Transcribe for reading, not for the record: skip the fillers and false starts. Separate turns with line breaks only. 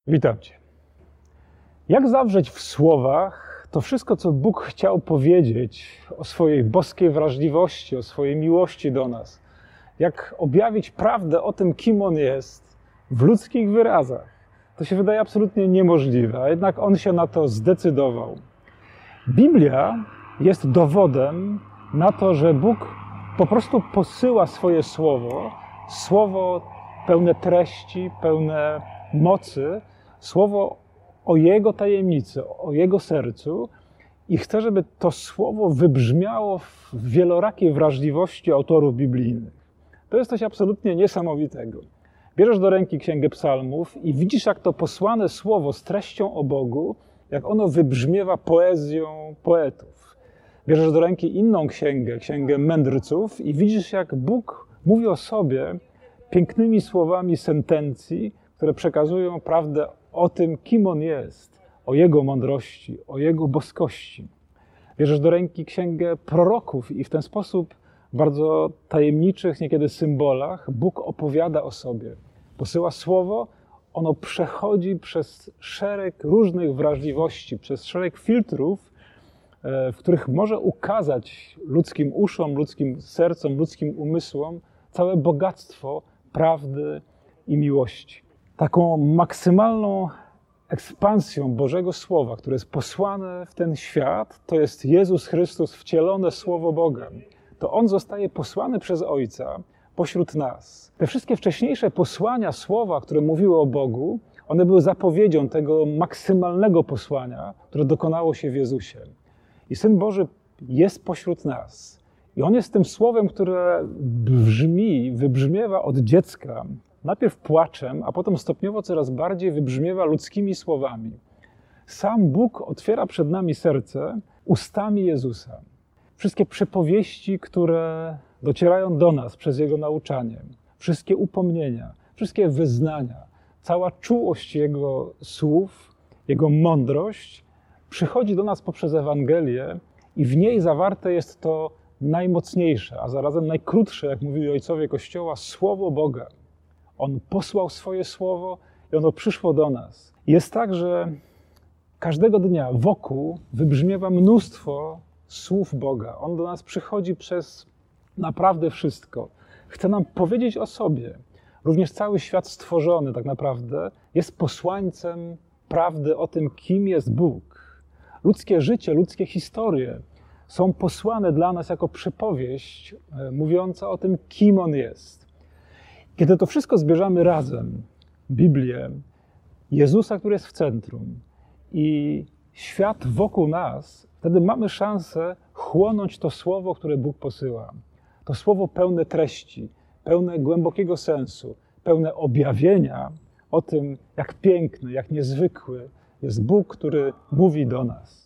Witam Cię. Jak zawrzeć w słowach to wszystko, co Bóg chciał powiedzieć o swojej boskiej wrażliwości, o swojej miłości do nas? Jak objawić prawdę o tym, kim On jest w ludzkich wyrazach? To się wydaje absolutnie niemożliwe, a jednak On się na to zdecydował. Biblia jest dowodem na to, że Bóg po prostu posyła swoje słowo pełne treści, pełne mocy, słowo o Jego tajemnicy, o Jego sercu i chce, żeby to słowo wybrzmiało w wielorakiej wrażliwości autorów biblijnych. To jest coś absolutnie niesamowitego. Bierzesz do ręki Księgę Psalmów i widzisz, jak to posłane słowo z treścią o Bogu, jak ono wybrzmiewa poezją poetów. Bierzesz do ręki inną księgę Mędrców i widzisz, jak Bóg mówi o sobie pięknymi słowami sentencji, które przekazują prawdę o tym, kim On jest, o Jego mądrości, o Jego boskości. Bierzesz do ręki Księgę Proroków i w ten sposób w bardzo tajemniczych, niekiedy symbolach Bóg opowiada o sobie. Posyła słowo, ono przechodzi przez szereg różnych wrażliwości, przez szereg filtrów, w których może ukazać ludzkim uszom, ludzkim sercom, ludzkim umysłom całe bogactwo prawdy i miłości. Taką maksymalną ekspansją Bożego Słowa, które jest posłane w ten świat, to jest Jezus Chrystus, wcielone Słowo Boga. To On zostaje posłany przez Ojca pośród nas. Te wszystkie wcześniejsze posłania Słowa, które mówiły o Bogu, one były zapowiedzią tego maksymalnego posłania, które dokonało się w Jezusie. I Syn Boży jest pośród nas. I On jest tym Słowem, które wybrzmiewa od dziecka, najpierw płaczem, a potem stopniowo coraz bardziej wybrzmiewa ludzkimi słowami. Sam Bóg otwiera przed nami serce ustami Jezusa. Wszystkie przypowieści, które docierają do nas przez Jego nauczanie, wszystkie upomnienia, wszystkie wyznania, cała czułość Jego słów, Jego mądrość przychodzi do nas poprzez Ewangelię i w niej zawarte jest to najmocniejsze, a zarazem najkrótsze, jak mówili ojcowie Kościoła, Słowo Boga. On posłał swoje Słowo i ono przyszło do nas. Jest tak, że każdego dnia wokół wybrzmiewa mnóstwo słów Boga. On do nas przychodzi przez naprawdę wszystko. Chce nam powiedzieć o sobie. Również cały świat stworzony tak naprawdę jest posłańcem prawdy o tym, kim jest Bóg. Ludzkie życie, ludzkie historie są posłane dla nas jako przypowieść mówiąca o tym, kim On jest. Kiedy to wszystko zbierzemy razem, Biblię, Jezusa, który jest w centrum i świat wokół nas, wtedy mamy szansę chłonąć to słowo, które Bóg posyła. To słowo pełne treści, pełne głębokiego sensu, pełne objawienia o tym, jak piękny, jak niezwykły jest Bóg, który mówi do nas.